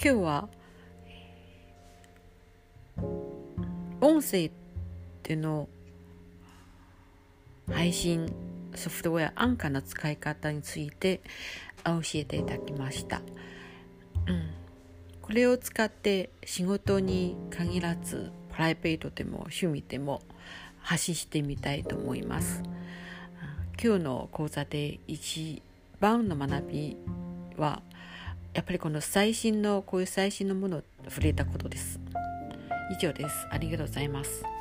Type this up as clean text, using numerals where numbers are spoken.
今日は音声での配信ソフトウェアアンカーの使い方について教えていただきました。これを使って仕事に限らずプライベートでも趣味でも発信してみたいと思います。今日の講座で一番の学びはやっぱりこういう最新のものを触れたことです。以上です。ありがとうございます。